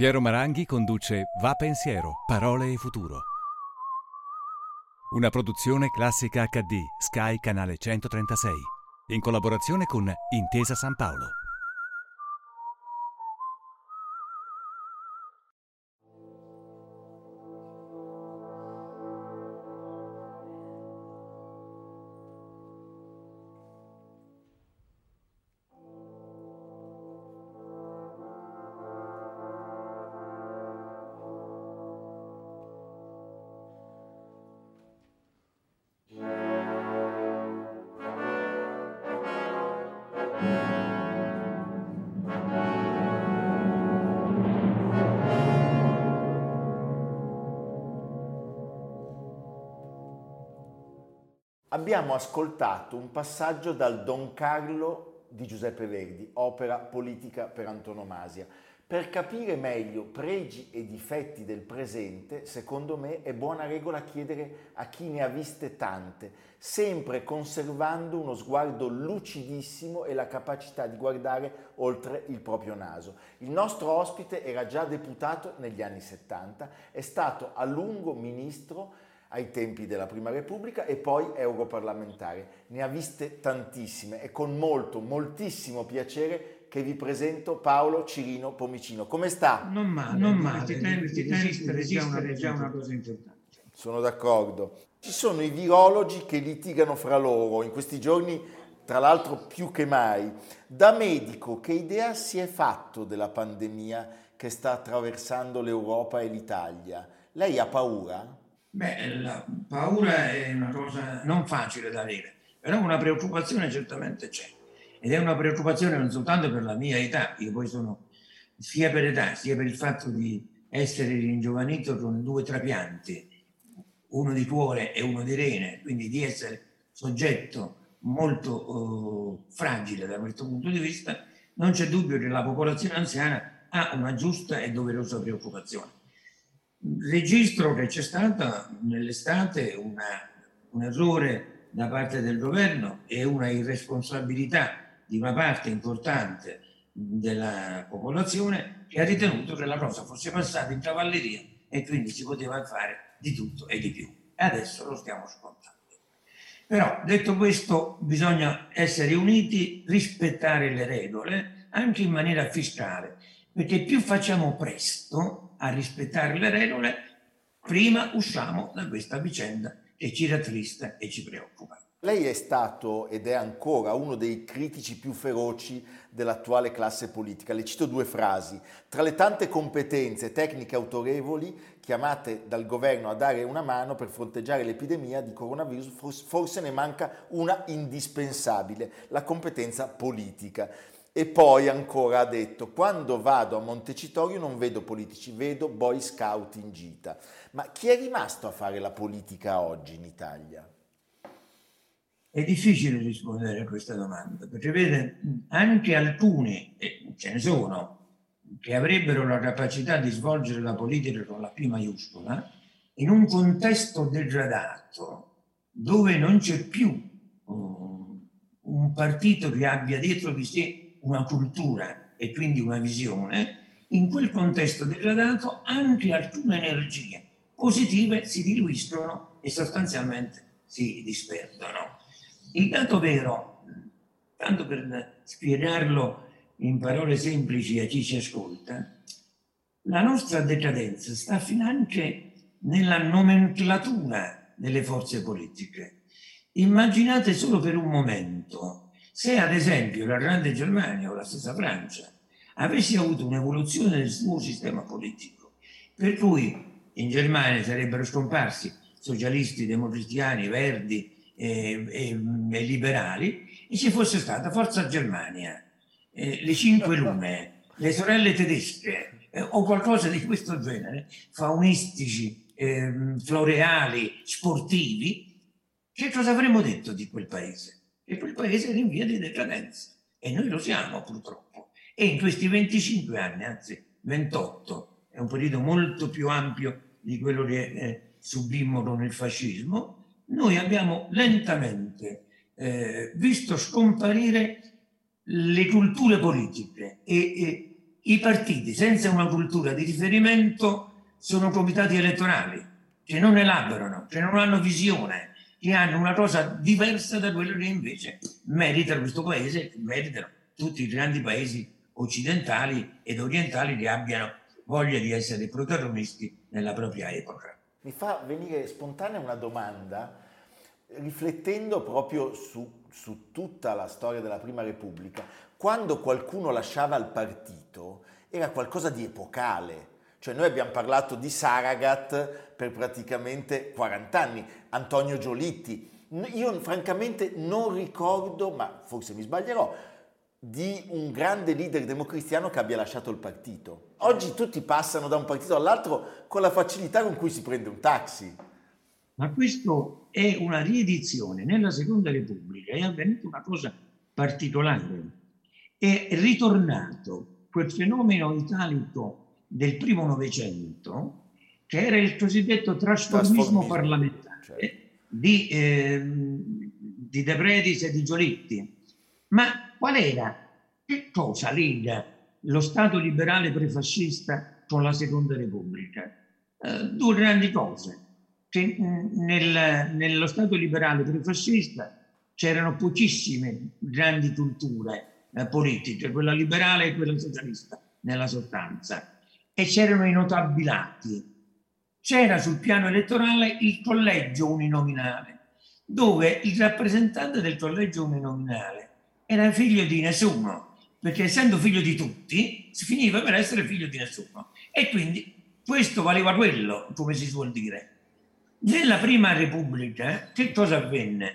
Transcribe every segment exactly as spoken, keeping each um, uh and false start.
Piero Maranghi conduce Va Pensiero, parole e futuro. Una produzione Classica acca di, Sky Canale centotrentasei, in collaborazione con Intesa San Paolo. Abbiamo ascoltato un passaggio dal Don Carlo di Giuseppe Verdi, opera politica per antonomasia. Per capire meglio pregi e difetti del presente, secondo me è buona regola chiedere a chi ne ha viste tante, sempre conservando uno sguardo lucidissimo e la capacità di guardare oltre il proprio naso. Il nostro ospite era già deputato negli anni settanta, è stato a lungo ministro ai tempi della Prima Repubblica e poi europarlamentare. Ne ha viste tantissime e con molto, moltissimo piacere che vi presento Paolo Cirino Pomicino. Come sta? Non male, non male, ti tempi, resistere è già una, già una cosa importante. Sono d'accordo. Ci sono i virologi che litigano fra loro in questi giorni, tra l'altro più che mai. Da medico, che idea si è fatto della pandemia che sta attraversando l'Europa e l'Italia? Lei ha paura? Beh, la paura è una cosa non facile da avere, però una preoccupazione certamente c'è. Ed è una preoccupazione non soltanto per la mia età, io poi sono sia per età, sia per il fatto di essere ringiovanito con due trapianti, uno di cuore e uno di rene, quindi di essere soggetto molto eh, fragile da questo punto di vista. Non c'è dubbio che la popolazione anziana ha una giusta e doverosa preoccupazione. Registro che c'è stata nell'estate una, un errore da parte del governo e una irresponsabilità di una parte importante della popolazione che ha ritenuto che la cosa fosse passata in cavalleria e quindi si poteva fare di tutto e di più. E adesso lo stiamo scontando. Però, detto questo, bisogna essere uniti, rispettare le regole, anche in maniera fiscale, perché più facciamo presto a rispettare le regole, prima usciamo da questa vicenda che ci rattrista e ci preoccupa. Lei è stato ed è ancora uno dei critici più feroci dell'attuale classe politica. Le cito due frasi. Tra le tante competenze tecniche autorevoli chiamate dal governo a dare una mano per fronteggiare l'epidemia di coronavirus, forse ne manca una indispensabile, la competenza politica. E poi ancora ha detto: quando vado a Montecitorio non vedo politici, vedo boy scout in gita. Ma chi è rimasto a fare la politica oggi in Italia? È difficile rispondere a questa domanda, perché vede, anche alcuni, e ce ne sono, che avrebbero la capacità di svolgere la politica con la P maiuscola, in un contesto degradato, dove non c'è più um, un partito che abbia dietro di sé una cultura e quindi una visione, in quel contesto degradato anche alcune energie positive si diluiscono e sostanzialmente si disperdono. Il dato vero, tanto per spiegarlo in parole semplici a chi ci ascolta, la nostra decadenza sta finanche nella nomenclatura delle forze politiche. Immaginate solo per un momento se ad esempio la grande Germania o la stessa Francia avessi avuto un'evoluzione del suo sistema politico, per cui in Germania sarebbero scomparsi socialisti, democristiani, verdi e, e, e liberali, e ci fosse stata Forza Germania, eh, le Cinque Lune, le sorelle tedesche eh, o qualcosa di questo genere, faunistici, eh, floreali, sportivi, che cosa avremmo detto di quel paese? E quel paese era in via di decadenza e noi lo siamo purtroppo. E in questi venticinque anni, anzi ventotto, è un periodo molto più ampio di quello che eh, subimmo con il fascismo, noi abbiamo lentamente eh, visto scomparire le culture politiche e, e i partiti senza una cultura di riferimento sono comitati elettorali, che non elaborano, che non hanno visione, che hanno una cosa diversa da quello che invece merita questo paese, che meritano tutti i grandi paesi occidentali ed orientali che abbiano voglia di essere protagonisti nella propria epoca. Mi fa venire spontanea una domanda, riflettendo proprio su, su tutta la storia della Prima Repubblica. Quando qualcuno lasciava il partito era qualcosa di epocale. Cioè noi abbiamo parlato di Saragat per praticamente quaranta anni, Antonio Giolitti. Io francamente non ricordo, ma forse mi sbaglierò, di un grande leader democristiano che abbia lasciato il partito. Oggi tutti passano da un partito all'altro con la facilità con cui si prende un taxi. Ma questo è una riedizione. Nella Seconda Repubblica è avvenuta una cosa particolare. È ritornato quel fenomeno italico del primo Novecento, che era il cosiddetto trasformismo, trasformismo. parlamentare, certo. di, eh, di De Predis e di Giolitti. Ma qual era? Che cosa lega lo Stato liberale prefascista con la Seconda Repubblica? Eh, due grandi cose. Che, nel, nello Stato liberale prefascista c'erano pochissime grandi culture eh, politiche, quella liberale e quella socialista nella sostanza, e c'erano i notabilati. C'era sul piano elettorale il collegio uninominale, dove il rappresentante del collegio uninominale era figlio di nessuno, perché essendo figlio di tutti si finiva per essere figlio di nessuno, e quindi questo valeva quello, come si suol dire. Nella Prima Repubblica che cosa avvenne?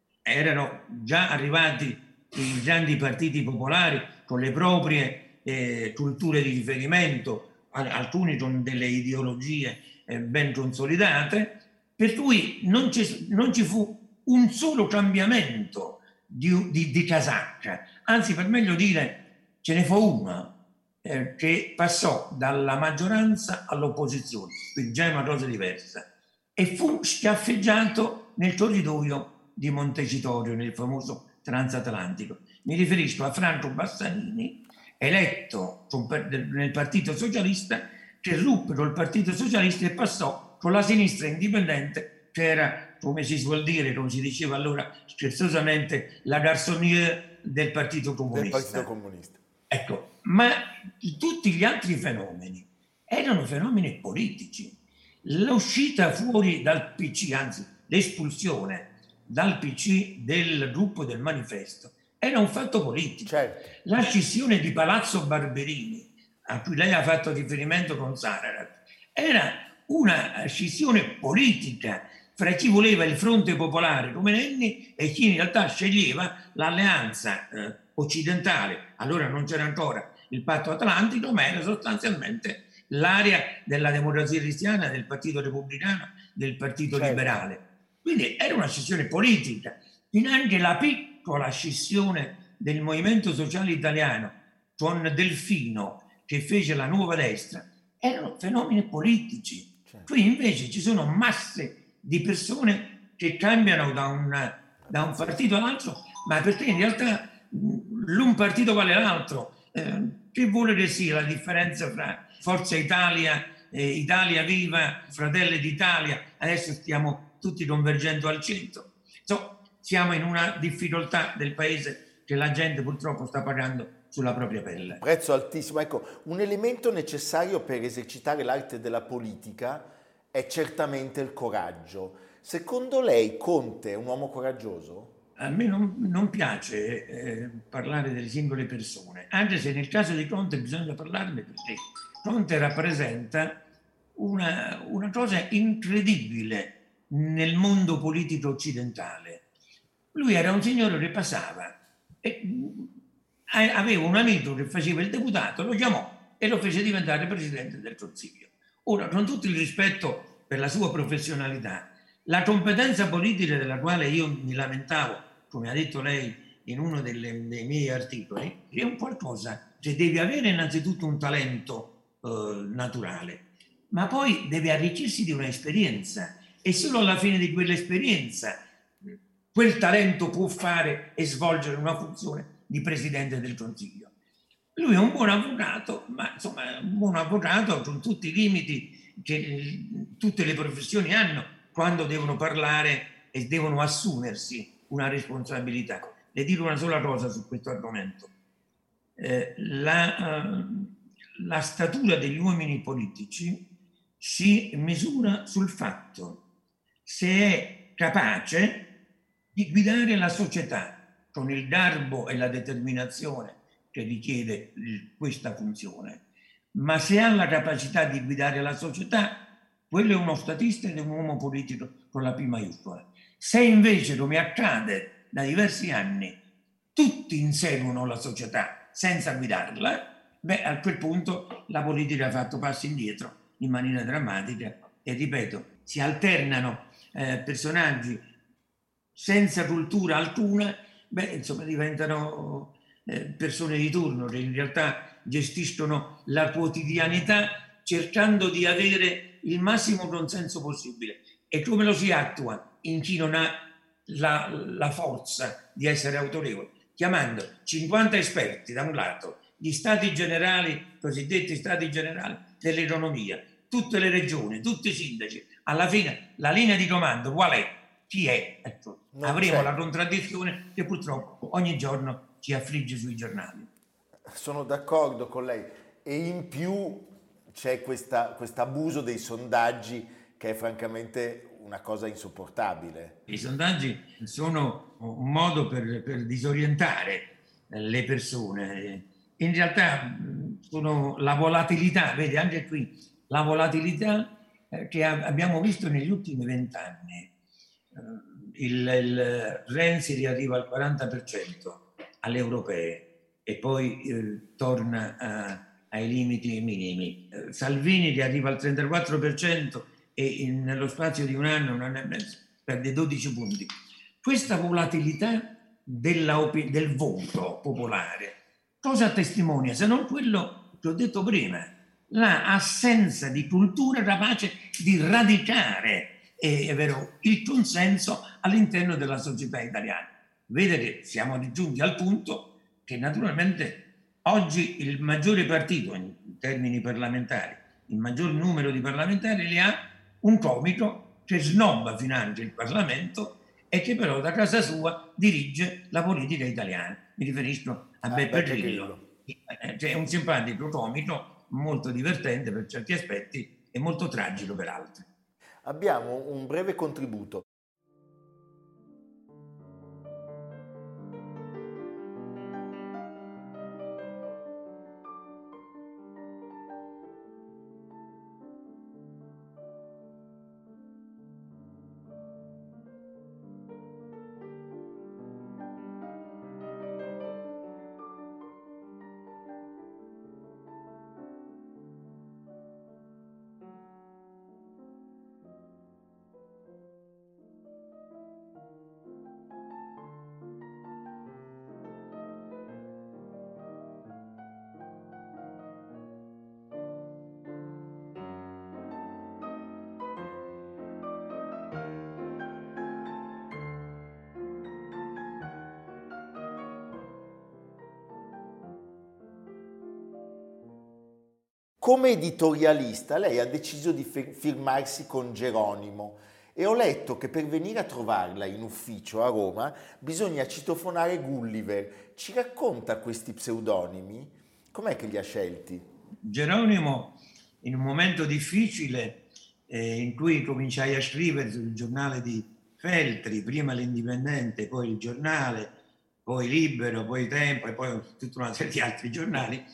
Erano già arrivati i grandi partiti popolari con le proprie eh, culture di riferimento, alcuni con delle ideologie eh, ben consolidate, per cui non ci, non ci fu un solo cambiamento Di, di, di casacca, anzi per meglio dire ce ne fu una eh, che passò dalla maggioranza all'opposizione, quindi già è una cosa diversa, e fu schiaffeggiato nel corridoio di Montecitorio, nel famoso transatlantico. Mi riferisco a Franco Bassanini, eletto nel Partito Socialista, che ruppe col Partito Socialista e passò con la sinistra indipendente, che era, come si suol dire, come si diceva allora scherzosamente, la garçonnière del Partito Comunista. Del Partito Comunista. Ecco, ma tutti gli altri fenomeni erano fenomeni politici. L'uscita fuori dal P C, anzi l'espulsione dal P C del gruppo del Manifesto, era un fatto politico. Certo. La scissione di Palazzo Barberini, a cui lei ha fatto riferimento con Saragat, era una scissione politica fra chi voleva il fronte popolare come Nenni e chi in realtà sceglieva l'alleanza eh, occidentale. Allora non c'era ancora il patto atlantico, ma era sostanzialmente l'area della Democrazia Cristiana, del Partito Repubblicano, del Partito certo. Liberale. Quindi era una scissione politica. Finanche la piccola scissione del Movimento Sociale Italiano con Delfino, che fece la Nuova Destra, erano fenomeni politici. Certo. Qui invece ci sono masse di persone che cambiano da un, da un partito all'altro, ma perché in realtà l'un partito vale l'altro. Eh, che vuole che sia la differenza fra Forza Italia, eh, Italia Viva, Fratelli d'Italia? Adesso stiamo tutti convergendo al centro. So, siamo in una difficoltà del paese che la gente purtroppo sta pagando sulla propria pelle. Prezzo altissimo. Ecco, un elemento necessario per esercitare l'arte della politica è certamente il coraggio. Secondo lei Conte è un uomo coraggioso? A me non, non piace eh, parlare delle singole persone, anche se nel caso di Conte bisogna parlarne, perché Conte rappresenta una, una cosa incredibile nel mondo politico occidentale. Lui era un signore che passava e aveva un amico che faceva il deputato, lo chiamò e lo fece diventare presidente del Consiglio. Ora, con tutto il rispetto per la sua professionalità, la competenza politica della quale io mi lamentavo, come ha detto lei in uno delle, dei miei articoli, è un qualcosa che deve avere innanzitutto un talento eh, naturale, ma poi deve arricchirsi di un'esperienza, e solo alla fine di quell'esperienza quel talento può fare e svolgere una funzione di Presidente del Consiglio. Lui è un buon avvocato, ma insomma un buon avvocato con tutti i limiti che tutte le professioni hanno quando devono parlare e devono assumersi una responsabilità. Le dico una sola cosa su questo argomento. Eh, la, uh, la statura degli uomini politici si misura sul fatto se è capace di guidare la società con il garbo e la determinazione che richiede questa funzione, ma se ha la capacità di guidare la società, quello è uno statista ed è un uomo politico con la P maiuscola. Se invece, come accade da diversi anni, tutti inseguono la società senza guidarla, beh, a quel punto la politica ha fatto passi indietro in maniera drammatica e, ripeto, si alternano eh, personaggi senza cultura alcuna, beh, insomma, diventano eh, persone di turno che in realtà gestiscono la quotidianità cercando di avere il massimo consenso possibile. E come lo si attua in chi non ha la, la forza di essere autorevole? Chiamando cinquanta esperti da un lato, gli stati generali, cosiddetti stati generali dell'economia, tutte le regioni, tutti i sindaci. Alla fine la linea di comando qual è? Chi è? Ecco, avremo c'è. La contraddizione che purtroppo ogni giorno ci affligge sui giornali. Sono d'accordo con lei, e in più c'è questo abuso dei sondaggi che è francamente una cosa insopportabile. I sondaggi sono un modo per, per disorientare le persone. In realtà sono la volatilità, vedi anche qui, la volatilità che abbiamo visto negli ultimi vent'anni. Il, il Renzi riarriva al quaranta per cento alle europee e poi eh, torna a, ai limiti minimi. Eh, Salvini riarriva al trentaquattro per cento e in, nello spazio di un anno, un anno e mezzo, perde dodici punti. Questa volatilità della, del voto popolare cosa testimonia? Se non quello che ho detto prima, l'assenza di cultura capace di radicare è vero, il consenso all'interno della società italiana. Vedete, siamo giunti al punto che naturalmente oggi il maggiore partito in termini parlamentari, il maggior numero di parlamentari li ha un comico che snobba finanche il Parlamento e che però da casa sua dirige la politica italiana. Mi riferisco a ah, Beppe Grillo. C'è un simpatico comico molto divertente per certi aspetti e molto tragico per altri. Abbiamo un breve contributo. Come editorialista lei ha deciso di firmarsi con Geronimo e ho letto che per venire a trovarla in ufficio a Roma bisogna citofonare Gulliver. Ci racconta questi pseudonimi? Com'è che li ha scelti? Geronimo, in un momento difficile eh, in cui cominciai a scrivere sul giornale di Feltri, prima l'Indipendente, poi il Giornale, poi Libero, poi Tempo e poi tutta una serie di altri giornali,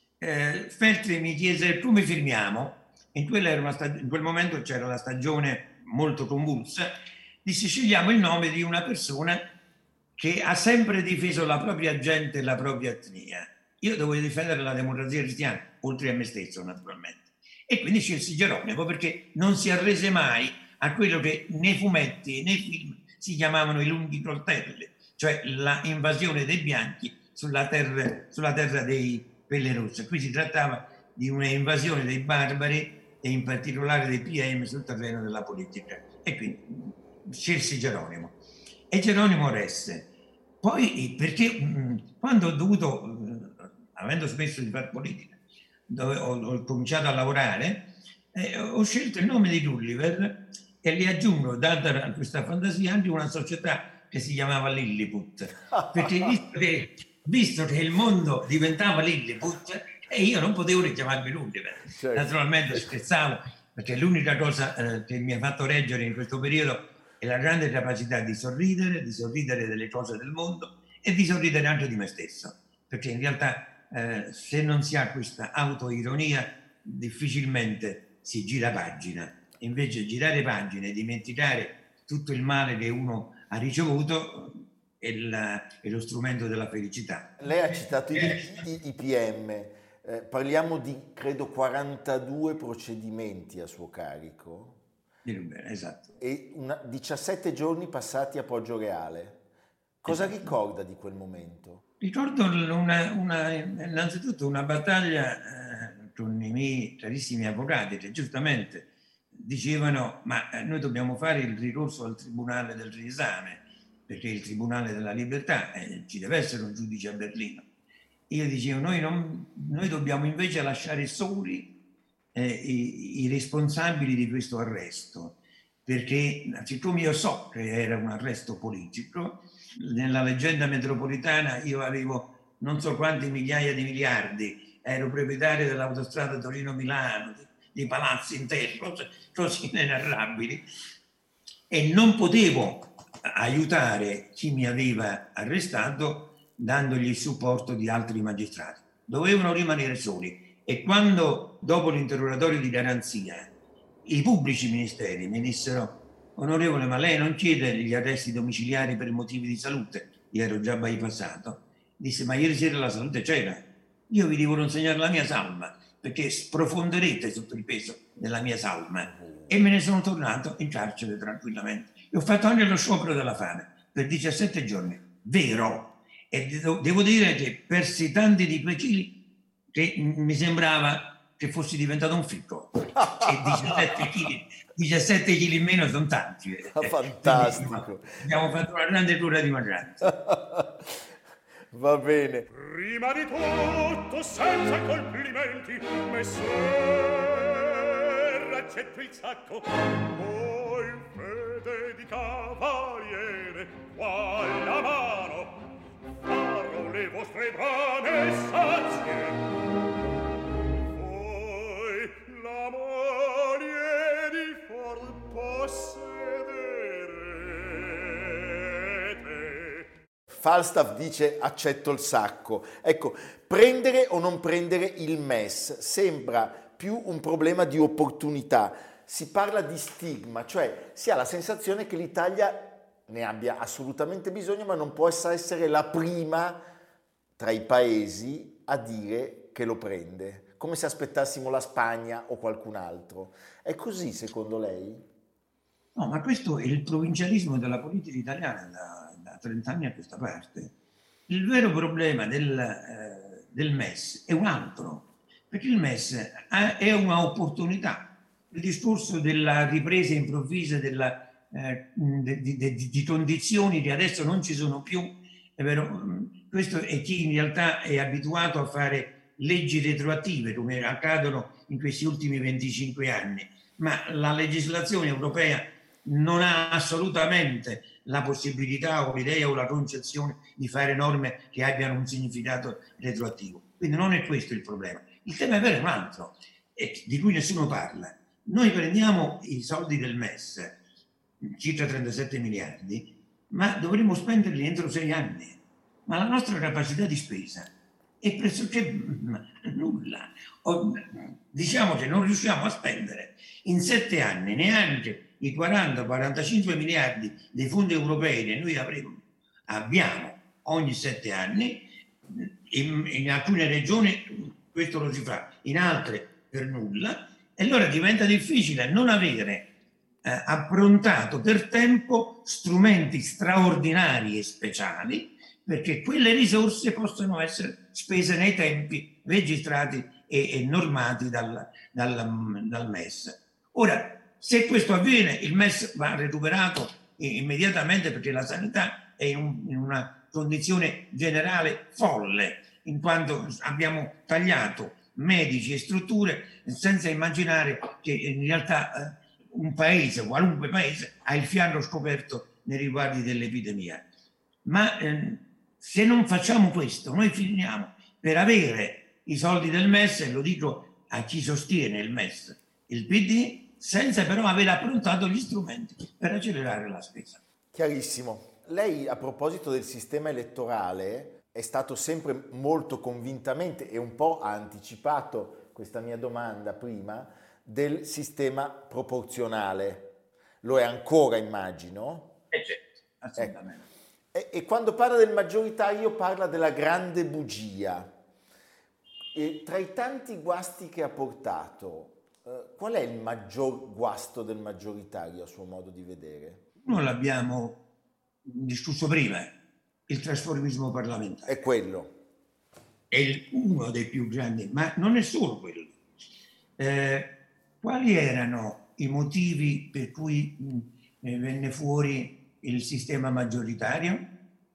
Eh, Feltri mi chiese come firmiamo. In, quella era una stag- in quel momento c'era la stagione molto convulsa. Disse: scegliamo il nome di una persona che ha sempre difeso la propria gente e la propria etnia. Io dovevo difendere la democrazia cristiana, oltre a me stesso naturalmente, e quindi scelsi Geronimo perché non si arrese mai a quello che nei fumetti e nei film si chiamavano i lunghi coltelli, cioè la invasione dei bianchi sulla terra, sulla terra dei pelle rosse. Qui si trattava di una invasione dei barbari e in particolare dei P M sul terreno della politica, e quindi scelsi Geronimo e Geronimo resse. Poi perché mh, quando ho dovuto mh, avendo smesso di fare politica, dove ho, ho cominciato a lavorare, eh, ho scelto il nome di Gulliver e gli aggiungo, data questa fantasia, anche una società che si chiamava Lilliput, perché visto che, visto che il mondo diventava Lilliput, e io non potevo richiamarmi Gulliver. Certo. Naturalmente scherzavo, perché l'unica cosa eh, che mi ha fatto reggere in questo periodo è la grande capacità di sorridere, di sorridere delle cose del mondo e di sorridere anche di me stesso, perché in realtà eh, se non si ha questa autoironia difficilmente si gira pagina. Invece girare pagine e dimenticare tutto il male che uno ha ricevuto è, la, è lo strumento della felicità. Lei ha citato i, i, i P M, eh, parliamo di credo quarantadue procedimenti a suo carico. Esatto. E una, diciassette giorni passati a Poggioreale. Cosa esatto. ricorda di quel momento? Ricordo una, una, innanzitutto una battaglia eh, con i miei carissimi avvocati che giustamente dicevano ma noi dobbiamo fare il ricorso al Tribunale del riesame perché il Tribunale della Libertà eh, ci deve essere un giudice a Berlino. Io dicevo noi, non, noi dobbiamo invece lasciare soli eh, i, i responsabili di questo arresto, perché siccome io so che era un arresto politico, nella leggenda metropolitana io avevo non so quanti migliaia di miliardi, ero proprietario dell'autostrada Torino-Milano, di, di palazzi interi, cose, cose inenarrabili, e non potevo aiutare chi mi aveva arrestato dandogli il supporto di altri magistrati. Dovevano rimanere soli. E quando, dopo l'interrogatorio di garanzia, i pubblici ministeri mi dissero onorevole, ma lei non chiede gli arresti domiciliari per motivi di salute? Io ero già bypassato. Disse, ma ieri sera la salute c'era. Io vi devo consegnare la mia salma, perché sprofonderete sotto il peso della mia salma. E me ne sono tornato in carcere tranquillamente. E ho fatto anche lo sciopero della fame per diciassette giorni. Vero. E devo dire che persi tanti di quei chili che mi sembrava che fossi diventato un ficco. E diciassette chili, diciassette chili in meno sono tanti. Fantastico. Quindi, abbiamo fatto una grande cura di mangianza. Va bene. Prima di tutto, senza complimenti, messer, accetto il sacco. Poi fede di cavaliere, qua la mano, farò le vostre brame sazie. Poi la moglie di for possederete. Falstaff dice accetto il sacco. Ecco, prendere o non prendere il M E S sembra più un problema di opportunità. Si parla di stigma, cioè si ha la sensazione che l'Italia ne abbia assolutamente bisogno, ma non può essere la prima tra i paesi a dire che lo prende, come se aspettassimo la Spagna o qualcun altro. È così secondo lei? No, ma questo è il provincialismo della politica italiana da, da trenta anni a questa parte. Il vero problema del, eh, del M E S è un altro, perché il M E S è un'opportunità. Il discorso della ripresa improvvisa della Eh, di, di, di condizioni che adesso non ci sono più, è vero, questo è chi in realtà è abituato a fare leggi retroattive come accadono in questi ultimi venticinque anni, ma la legislazione europea non ha assolutamente la possibilità o l'idea o la concezione di fare norme che abbiano un significato retroattivo. Quindi non è questo il problema. Il tema è vero è un altro, eh, di cui nessuno parla. Noi prendiamo i soldi del M E S, circa trentasette miliardi, ma dovremmo spenderli entro sei anni. Ma la nostra capacità di spesa è pressoché nulla. O, diciamo che non riusciamo a spendere in sette anni neanche i quaranta quarantacinque miliardi dei fondi europei che noi avremo, abbiamo ogni sette anni. In, in alcune regioni questo lo si fa, in altre per nulla, e allora diventa difficile non avere Eh, approntato per tempo strumenti straordinari e speciali perché quelle risorse possano essere spese nei tempi registrati e, e normati dal, dal, dal M E S. Ora, se questo avviene, il M E S va recuperato immediatamente perché la sanità è in, un, in una condizione generale folle. in quanto abbiamo tagliato medici e strutture senza immaginare che in realtà eh, un paese, qualunque paese, ha il fianco scoperto nei riguardi dell'epidemia. Ma eh, se non facciamo questo, noi finiamo per avere i soldi del M E S, e lo dico a chi sostiene il M E S, il P D, senza però aver approntato gli strumenti per accelerare la spesa. Chiarissimo. Lei, a proposito del sistema elettorale, è stato sempre molto convintamente e un po' ha anticipato questa mia domanda prima del sistema proporzionale. Lo è ancora, immagino? Eh certo, assolutamente. Ecco. E, e quando parla del maggioritario parla della grande bugia. E tra i tanti guasti che ha portato, eh, qual è il maggior guasto del maggioritario a suo modo di vedere? Noi l'abbiamo discusso prima, il trasformismo parlamentare. È quello. È il, uno dei più grandi, ma non è solo quello. Eh, quali erano i motivi per cui mh, venne fuori il sistema maggioritario?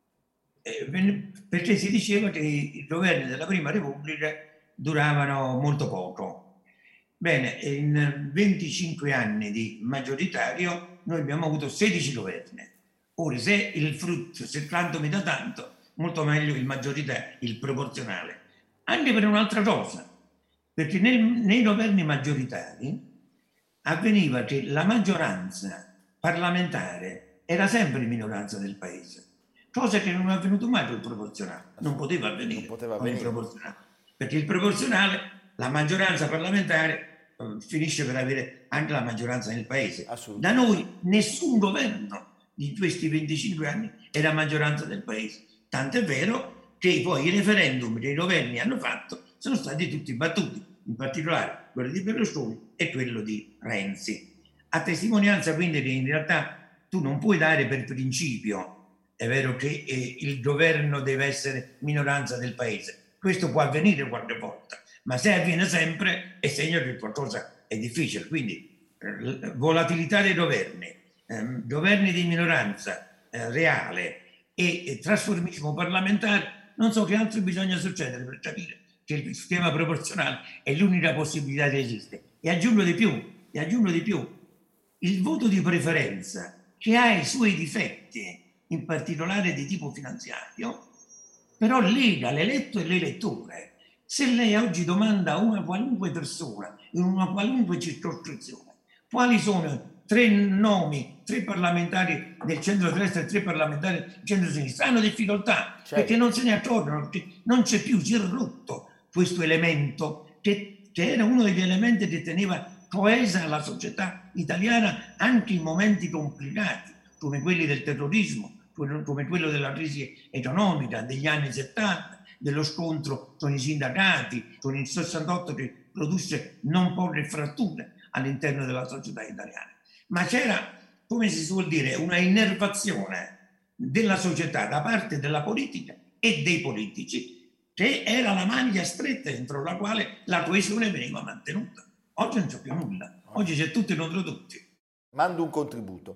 Eh, venne, perché si diceva che i governi della Prima Repubblica duravano molto poco. Bene, in venticinque anni di maggioritario noi abbiamo avuto sedici governi. Ora, se il frutto, se tanto mi dà tanto, molto meglio il maggioritario, il proporzionale. Anche per un'altra cosa, perché nel, nei governi maggioritari avveniva che la maggioranza parlamentare era sempre minoranza del paese, cosa che non è avvenuto mai col proporzionale, non poteva avvenire, non poteva con il avvenire. proporzionale, perché il proporzionale, la maggioranza parlamentare eh, finisce per avere anche la maggioranza nel paese. Da noi nessun governo di questi venticinque anni era maggioranza del paese, tant'è vero che poi i referendum che i governi hanno fatto sono stati tutti battuti, in particolare quello di Berlusconi e quello di Renzi. A testimonianza quindi che in realtà tu non puoi dare per principio, è vero che eh, il governo deve essere minoranza del paese, questo può avvenire qualche volta, ma se avviene sempre è segno che qualcosa è difficile, quindi eh, volatilità dei governi, eh, governi di minoranza eh, reale e, e trasformismo parlamentare, non so che altro bisogna succedere per capire che il sistema proporzionale è l'unica possibilità che esiste. E aggiungo di più, e aggiungo di più, il voto di preferenza, che ha i suoi difetti, in particolare di tipo finanziario, però lega l'eletto e l'elettore. Se lei oggi domanda a una qualunque persona, in una qualunque circoscrizione, quali sono tre nomi, tre parlamentari del centro-destra e tre parlamentari del centro-sinistra, hanno difficoltà, certo, perché non se ne accorgono, perché non c'è più, si è rotto questo elemento che, che era uno degli elementi che teneva coesa la società italiana anche in momenti complicati, come quelli del terrorismo, come quello della crisi economica degli anni settanta, dello scontro con i sindacati, con il sessantotto che produsse non poche fratture all'interno della società italiana. Ma c'era, come si suol dire, una innervazione della società da parte della politica e dei politici, che era la maglia stretta entro la quale la coesione veniva mantenuta. Oggi non c'è più nulla, oggi c'è tutti contro tutti. Mando un contributo.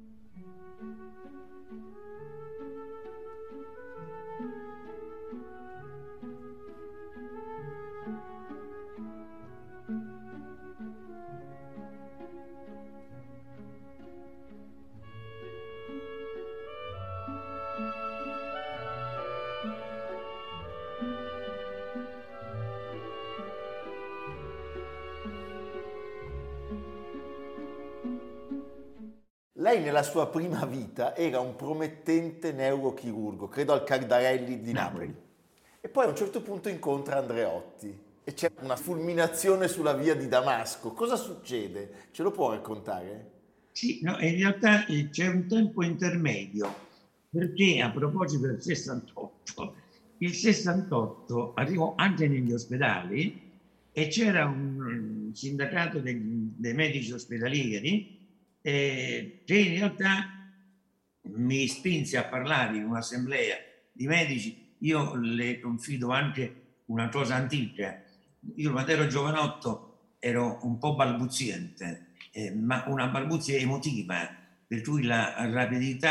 Lei nella sua prima vita era un promettente neurochirurgo, credo al Cardarelli di Napoli. Napoli. E poi a un certo punto incontra Andreotti e c'è una fulminazione sulla via di Damasco. Cosa succede? Ce lo può raccontare? Sì, no, in realtà c'è un tempo intermedio, perché a proposito del sessantotto, il sessantotto arrivò anche negli ospedali e c'era un sindacato dei, dei medici ospedalieri Eh, che in realtà mi spinse a parlare in un'assemblea di medici. Io le confido anche una cosa antica. Io quando ero giovanotto ero un po' balbuziente, eh, ma una balbuzia emotiva, per cui la rapidità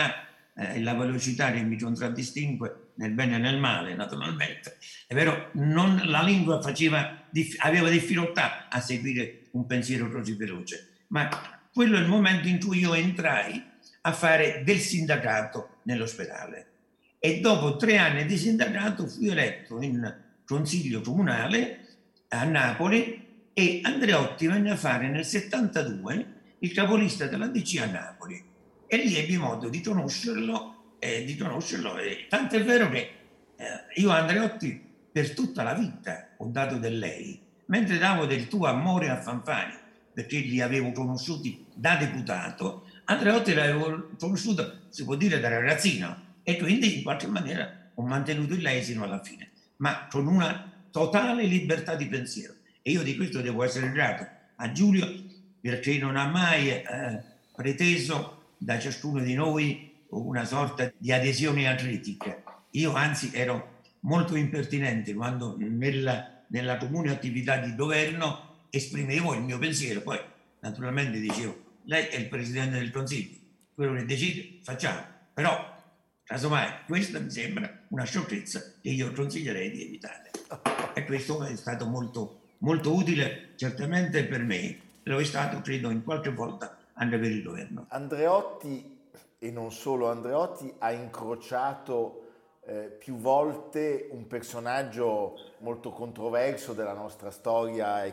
eh, la velocità che mi contraddistingue nel bene e nel male, naturalmente. È vero, non, la lingua faceva, aveva difficoltà a seguire un pensiero così veloce, ma quello è il momento in cui io entrai a fare del sindacato nell'ospedale. E dopo tre anni di sindacato fui eletto in consiglio comunale a Napoli e Andreotti venne a fare nel settantadue il capolista della D C a Napoli. E lì ebbi modo di conoscerlo, eh, di conoscerlo. Eh, tanto è vero che eh, io a Andreotti per tutta la vita ho dato del lei, mentre davo del tuo amore a Fanfani, perché li avevo conosciuti da deputato, Andreotti l'avevo conosciuto, si può dire, da ragazzino, e quindi in qualche maniera ho mantenuto il lei sino alla fine, ma con una totale libertà di pensiero. E io di questo devo essere grato a Giulio, perché non ha mai eh, preteso da ciascuno di noi una sorta di adesione atletica. Io anzi ero molto impertinente quando nella, nella comune attività di governo esprimevo il mio pensiero. Poi naturalmente dicevo, lei è il Presidente del Consiglio, quello che decide facciamo, però casomai questa mi sembra una sciocchezza che io consiglierei di evitare. E questo è stato molto, molto utile certamente per me, lo è stato credo in qualche volta anche per il governo. Andreotti, e non solo Andreotti, ha incrociato eh, più volte un personaggio molto controverso della nostra storia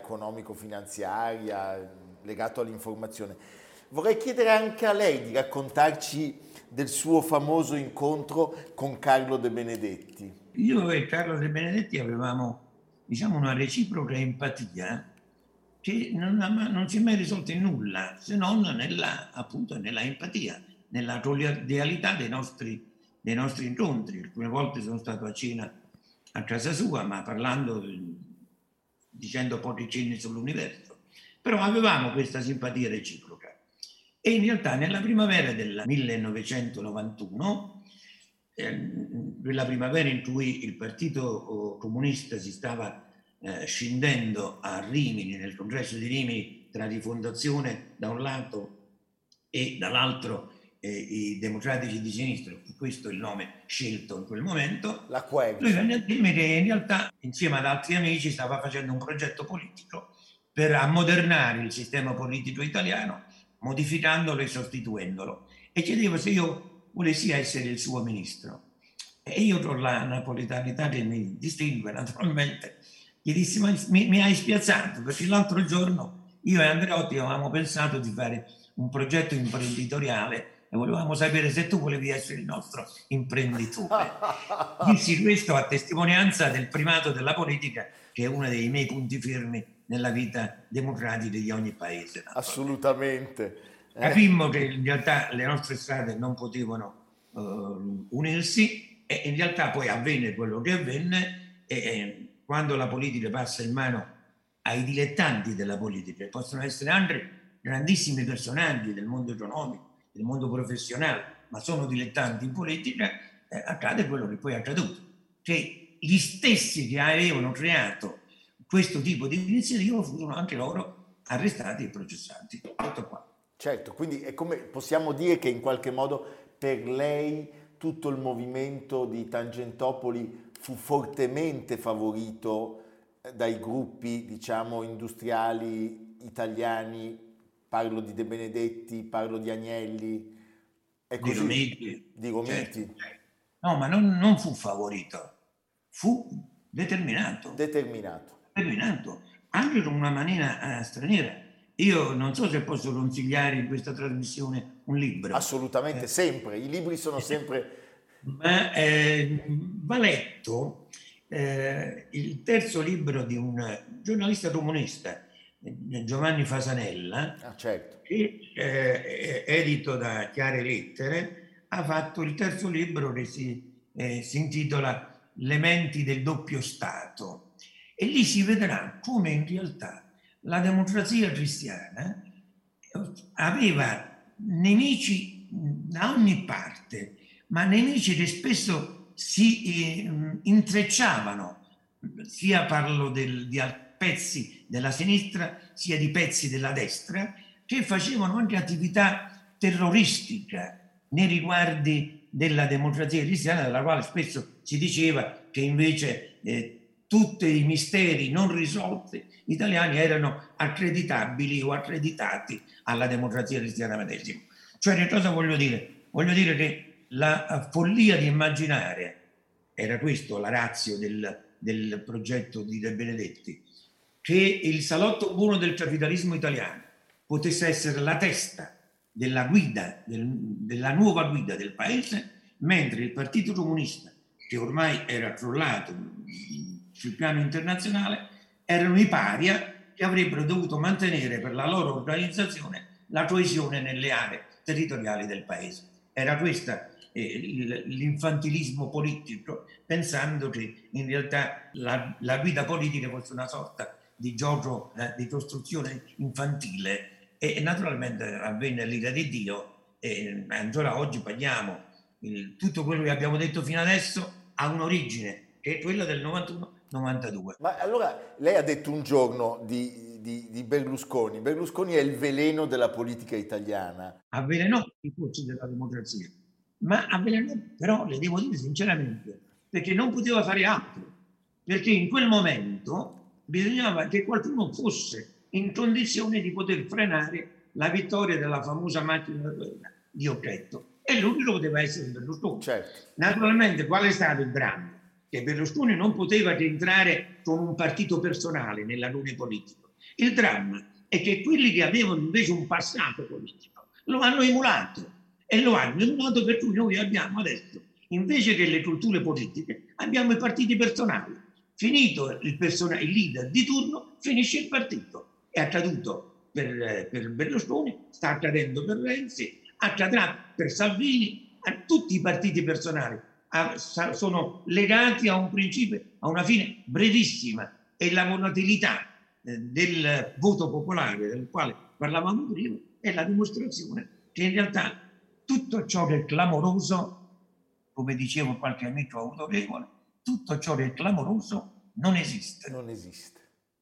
economico-finanziaria, legato all'informazione. Vorrei chiedere anche a lei di raccontarci del suo famoso incontro con Carlo De Benedetti. Io e Carlo De Benedetti avevamo, diciamo, una reciproca empatia che non, ha, non si è mai risolta in nulla, se non nella, appunto, nella empatia, nella cordialità dei nostri, dei nostri incontri. Alcune volte sono stato a cena a casa sua, ma parlando, dicendo pochi cenni sull'universo. Però avevamo questa simpatia reciproca. E in realtà nella primavera del millenovecentonovantuno, eh, quella primavera in cui il Partito Comunista si stava eh, scindendo a Rimini, nel congresso di Rimini, tra Rifondazione da un lato e dall'altro eh, i democratici di sinistra, questo è il nome scelto in quel momento, la Quercia. Lui venne a dirmi che in realtà insieme ad altri amici stava facendo un progetto politico per ammodernare il sistema politico italiano, modificandolo e sostituendolo, e chiedevo se io volessi essere il suo ministro. E io, con la napoletanità che mi distingue naturalmente, gli dissi: ma mi, mi hai spiazzato, perché l'altro giorno io e Andreotti avevamo pensato di fare un progetto imprenditoriale e volevamo sapere se tu volevi essere il nostro imprenditore. Dissi questo a testimonianza del primato della politica, che è uno dei miei punti fermi nella vita democratica di ogni paese. Assolutamente. Eh. Capimmo che in realtà le nostre strade non potevano uh, unirsi, e in realtà poi avvenne quello che avvenne, e, e quando la politica passa in mano ai dilettanti della politica, che possono essere anche grandissimi personaggi del mondo economico, del mondo professionale, ma sono dilettanti in politica, eh, accade quello che poi è accaduto. Cioè gli stessi che avevano creato questo tipo di iniziativa furono anche loro arrestati e processati. Tutto qua. Certo, quindi è come possiamo dire che in qualche modo per lei tutto il movimento di Tangentopoli fu fortemente favorito dai gruppi, diciamo, industriali italiani. Parlo di De Benedetti, parlo di Agnelli, è così? Di Romiti. Di Romiti. Certo. No, ma non, non fu favorito, fu determinato. Determinato. Determinato, anche con una maniera eh, straniera. Io non so se posso consigliare in questa trasmissione un libro. Assolutamente, eh, sempre. I libri sono sempre... Ma eh, va letto eh, il terzo libro di un giornalista comunista, Giovanni Fasanella, ah, certo. che eh, edito da Chiare Lettere, ha fatto il terzo libro che si, eh, si intitola Le menti del doppio Stato, e lì si vedrà come in realtà la democrazia cristiana aveva nemici da ogni parte, ma nemici che spesso si eh, intrecciavano, sia parlo del, di pezzi della sinistra sia di pezzi della destra, che facevano anche attività terroristica nei riguardi della Democrazia Cristiana, della quale spesso si diceva che invece eh, tutti i misteri non risolti italiani erano accreditabili o accreditati alla Democrazia Cristiana medesima. Cioè, che cosa voglio dire? Voglio dire che la follia di immaginare, era questo la ratio del, del progetto di De Benedetti, che il salotto buono del capitalismo italiano potesse essere la testa della guida, del, della nuova guida del paese, mentre il Partito Comunista, che ormai era crollato sul piano internazionale, erano i paria che avrebbero dovuto mantenere per la loro organizzazione la coesione nelle aree territoriali del paese. Era questo eh, l'infantilismo politico, pensando che in realtà la, la guida politica fosse una sorta di gioco eh, di costruzione infantile, e, e naturalmente avvenne l'ira di Dio, e ancora oggi paghiamo il, tutto quello che abbiamo detto fino adesso ha un'origine che è quella del novantuno novantadue. Ma allora lei ha detto un giorno di, di, di Berlusconi, Berlusconi è il veleno della politica italiana. Avvelenò i corsi della democrazia, ma avvelenò, però le devo dire sinceramente, perché non poteva fare altro, perché in quel momento bisognava che qualcuno fosse in condizione di poter frenare la vittoria della famosa macchina di Occhetto, e l'unico poteva essere Berlusconi. Certo. Naturalmente, qual è stato il dramma? Che Berlusconi non poteva che entrare con un partito personale nell'alone politico. Il dramma è che quelli che avevano invece un passato politico lo hanno emulato, e lo hanno emulato, per cui noi abbiamo adesso, invece che le culture politiche, abbiamo i partiti personali. Finito il, persona, il leader di turno, finisce il partito. È accaduto per, per Berlusconi, sta accadendo per Renzi, accadrà per Salvini, a tutti i partiti personali. Sono legati a un principio, a una fine brevissima, e la volatilità del voto popolare del quale parlavamo prima è la dimostrazione che in realtà tutto ciò che è clamoroso, come dicevo qualche amico autorevole, tutto ciò che è clamoroso non esiste. Non esiste.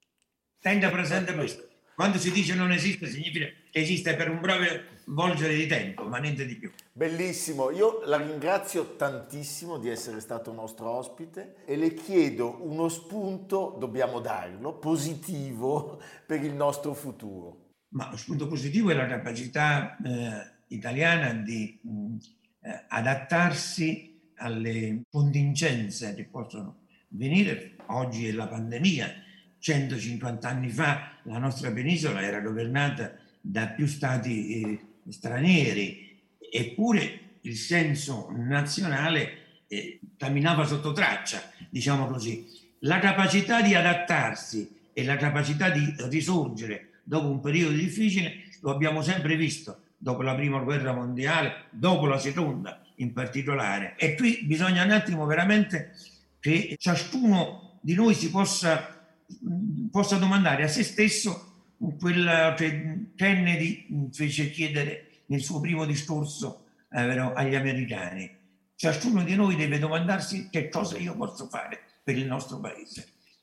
Tenga presente questo. Quando si dice non esiste, significa che esiste per un breve volgere di tempo, ma niente di più. Bellissimo, io la ringrazio tantissimo di essere stato nostro ospite e le chiedo uno spunto, dobbiamo darlo, positivo per il nostro futuro. Ma lo spunto positivo è la capacità eh, italiana di mh, eh, adattarsi alle contingenze che possono venire. Oggi è la pandemia. centocinquanta anni fa la nostra penisola era governata da più stati eh, stranieri, eppure il senso nazionale eh, camminava sotto traccia, diciamo così. La capacità di adattarsi e la capacità di risorgere dopo un periodo difficile lo abbiamo sempre visto, dopo la prima guerra mondiale, dopo la seconda in particolare. E qui bisogna un attimo veramente che ciascuno di noi si possa possa domandare a se stesso quella che Kennedy fece chiedere nel suo primo discorso eh, agli americani. Ciascuno di noi deve domandarsi che cosa io posso fare per il nostro paese.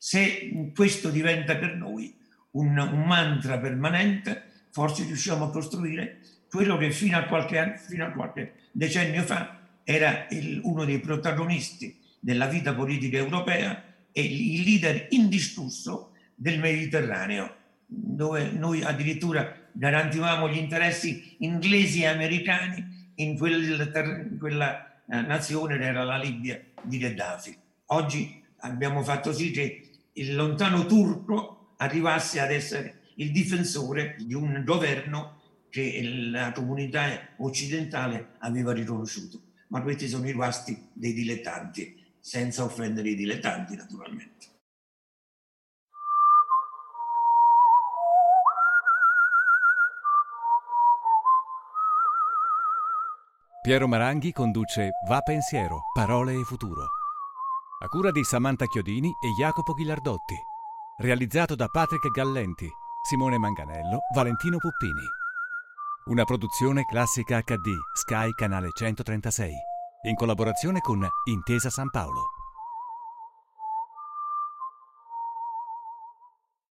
Se questo diventa per noi un, un mantra permanente, forse riusciamo a costruire quello che fino a qualche, fino a qualche decennio fa era il, uno dei protagonisti della vita politica europea e il leader indiscusso del Mediterraneo, dove noi addirittura garantivamo gli interessi inglesi e americani in, quel, in quella nazione che era la Libia di Gheddafi. Oggi abbiamo fatto sì che il lontano turco arrivasse ad essere il difensore di un governo che la comunità occidentale aveva riconosciuto. Ma questi sono i guasti dei dilettanti, senza offendere i dilettanti naturalmente. Piero Maranghi conduce Va Pensiero, Parole e Futuro. A cura di Samantha Chiodini e Jacopo Ghilardotti. Realizzato da Patrick Gallenti, Simone Manganello, Valentino Puppini. Una produzione Classica acca di, Sky Canale centotrentasei. In collaborazione con Intesa San Paolo.